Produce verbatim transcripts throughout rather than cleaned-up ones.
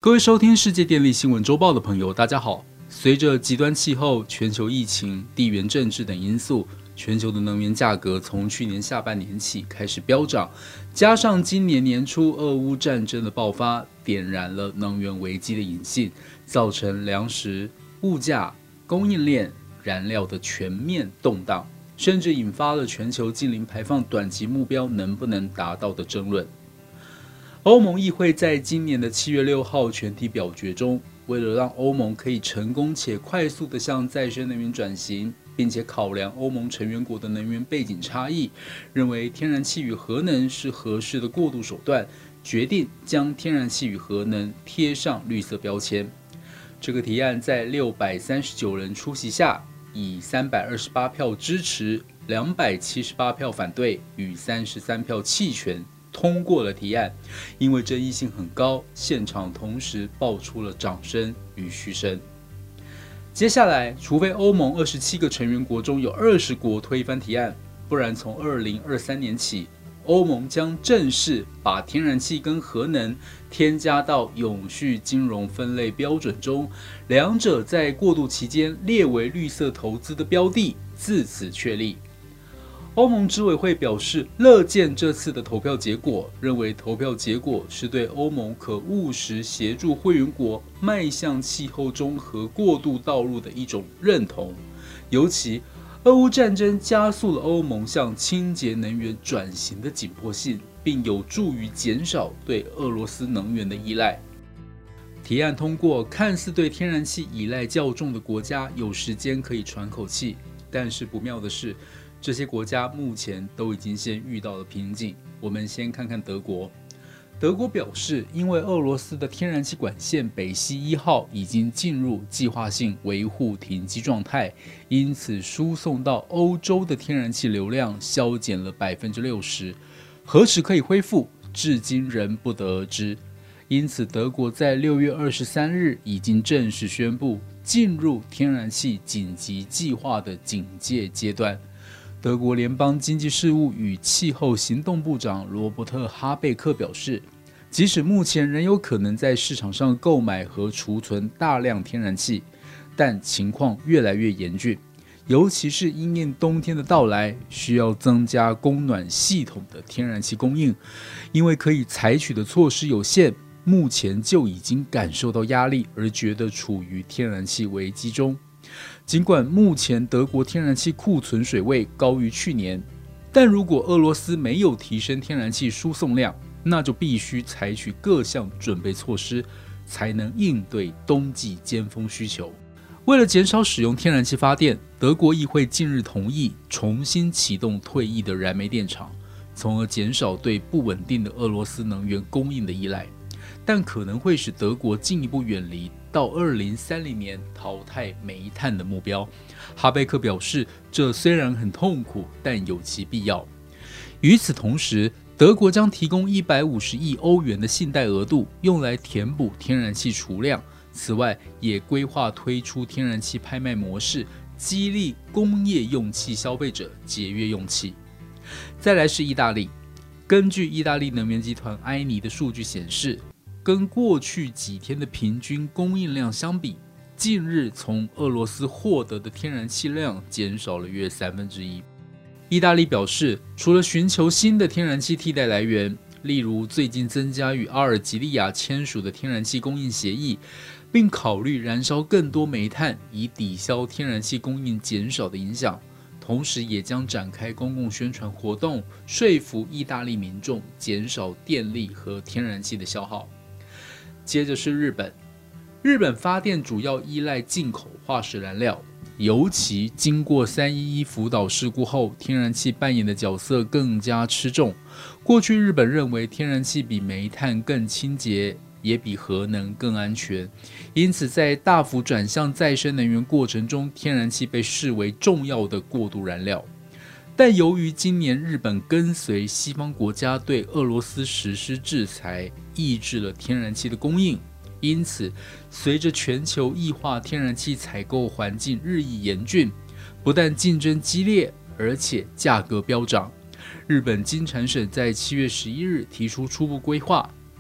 各位收听世界电力新闻周报的朋友，大家好。随着极端气候、全球疫情、地缘政治等因素，全球的能源价格从去年下半年起开始飙涨，加上今年年初俄乌战争的爆发，点燃了能源危机的引信，造成粮食、物价、供应链、燃料的全面动荡，甚至引发了全球净零排放短期目标能不能达到的争论。欧盟议会在今年的七月六号全体表决中，为了让欧盟可以成功且快速地向再生能源转型，并且考量欧盟成员国的能源背景差异，认为天然气与核能是合适的过渡手段，决定将天然气与核能贴上绿色标签。这个提案在六百三十九人出席下，以三百二十八票支持、两百七十八票反对与三十三票弃权通过了提案。因为争议性很高，现场同时爆出了掌声与嘘声。接下来，除非欧盟二十七个成员国中有二十国推翻提案，不然从二零二三年起，欧盟将正式把天然气跟核能添加到永续金融分类标准中，两者在过渡期间列为绿色投资的标的，自此确立。欧盟执委会表示乐见这次的投票结果，认为投票结果是对欧盟可务实协助会员国迈向气候中和过渡道路的一种认同。尤其俄乌战争加速了欧盟向清洁能源转型的紧迫性，并有助于减少对俄罗斯能源的依赖。提案通过，看似对天然气依赖较重的国家有时间可以喘口气，但是不妙的是，这些国家目前都已经先遇到了瓶颈。我们先看看德国。德国表示，因为俄罗斯的天然气管线北溪一号已经进入计划性维护停机状态，因此输送到欧洲的天然气流量削减了 百分之六十， 何时可以恢复，至今仍不得而知。因此，德国在六月二十三日已经正式宣布进入天然气紧急计划的警戒阶段。德国联邦经济事务与气候行动部长罗伯特·哈贝克表示，即使目前仍有可能在市场上购买和储存大量天然气，但情况越来越严峻，尤其是因应冬天的到来，需要增加供暖系统的天然气供应。因为可以采取的措施有限，目前就已经感受到压力，而觉得处于天然气危机中。尽管目前德国天然气库存水位高于去年，但如果俄罗斯没有提升天然气输送量，那就必须采取各项准备措施，才能应对冬季尖峰需求。为了减少使用天然气发电，德国议会近日同意重新启动退役的燃煤电厂，从而减少对不稳定的俄罗斯能源供应的依赖，但可能会使德国进一步远离到二零三零年淘汰煤炭的目标。哈贝克表示，这虽然很痛苦，但有其必要。与此同时，德国将提供一百五十亿欧元的信贷额度，用来填补天然气储量。此外，也规划推出天然气拍卖模式，激励工业用气消费者节约用气。再来是意大利。根据意大利能源集团埃尼的数据显示，跟过去几天的平均供应量相比，近日从俄罗斯获得的天然气量减少了约三分之一。意大利表示，除了寻求新的天然气替代来源，例如最近增加与阿尔及利亚签署的天然气供应协议，并考虑燃烧更多煤炭以抵消天然气供应减少的影响，同时也将展开公共宣传活动，说服意大利民众减少电力和天然气的消耗。接着是日本。日本发电主要依赖进口化石燃料，尤其经过三一一福岛事故后，天然气扮演的角色更加吃重。过去日本认为天然气比煤炭更清洁，也比核能更安全，因此在大幅转向再生能源过程中，天然气被视为重要的过渡燃料。但由于今年日本跟随西方国家对俄罗斯实施制裁，抑制了天然气的供应，因此随着全球液化天然气采购环境日益严峻，不但竞争激烈，而且价格飙涨。日本经产省在七月十一日提出初步规划，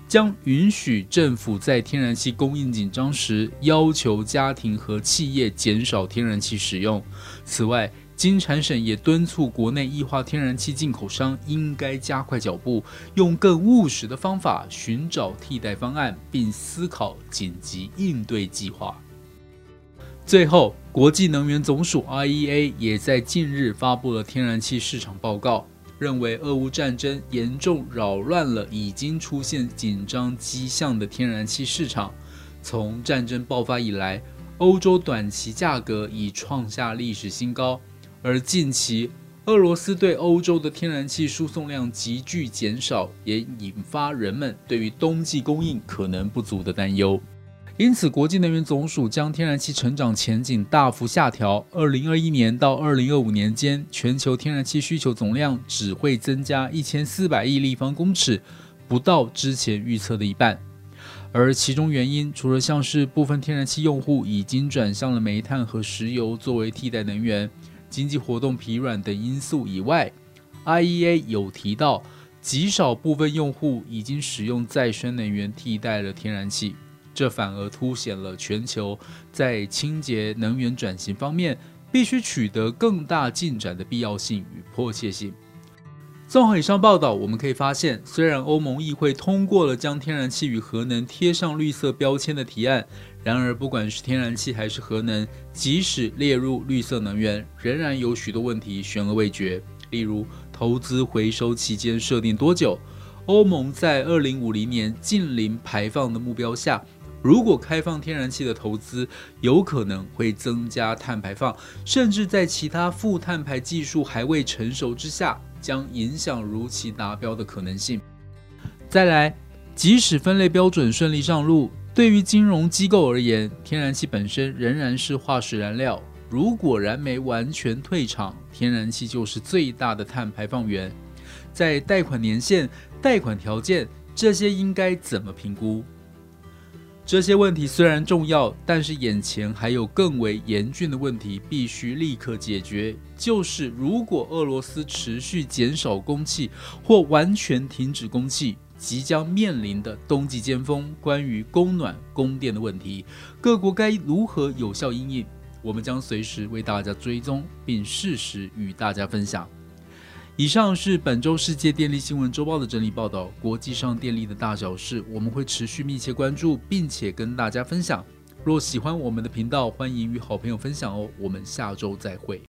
将允许政府在天然气供应紧张时，要求家庭和企业减少天然气使用。此外，经产省也敦促国内液化天然气进口商应该加快脚步，用更务实的方法寻找替代方案，并思考紧急应对计划。最后，国际能源总署 I E A 也在近日发布了天然气市场报告，认为俄乌战争严重扰乱了已经出现紧张迹象的天然气市场。从战争爆发以来，欧洲短期价格已创下历史新高，而近期俄罗斯对欧洲的天然气输送量急剧减少，也引发人们对于冬季供应可能不足的担忧。因此，国际能源总署将天然气成长前景大幅下调，二零二一年到二零二五年间，全球天然气需求总量只会增加一千四百亿立方公尺，不到之前预测的一半。而其中原因，除了像是部分天然气用户已经转向了煤炭和石油作为替代能源、经济活动疲软等因素以外， I E A 有提到，极少部分用户已经使用再生能源替代了天然气。这反而凸显了全球在清洁能源转型方面必须取得更大进展的必要性与迫切性。综合以上报道，我们可以发现，虽然欧盟议会通过了将天然气与核能贴上绿色标签的提案，然而不管是天然气还是核能，即使列入绿色能源，仍然有许多问题悬而未决。例如，投资回收期间设定多久？欧盟在二零五零年净零排放的目标下，如果开放天然气的投资，有可能会增加碳排放，甚至在其他负碳排技术还未成熟之下，将影响如期达标的可能性。再来，即使分类标准顺利上路，对于金融机构而言，天然气本身仍然是化石燃料。如果燃煤完全退场，天然气就是最大的碳排放源。在贷款年限、贷款条件，这些应该怎么评估？这些问题虽然重要，但是眼前还有更为严峻的问题必须立刻解决，就是如果俄罗斯持续减少供气或完全停止供气，即将面临的冬季尖峰关于供暖供电的问题，各国该如何有效因应？我们将随时为大家追踪，并适时与大家分享。以上是本周世界电力新闻周报的整理报道，国际上电力的大小事，我们会持续密切关注，并且跟大家分享。若喜欢我们的频道，欢迎与好朋友分享哦。我们下周再会。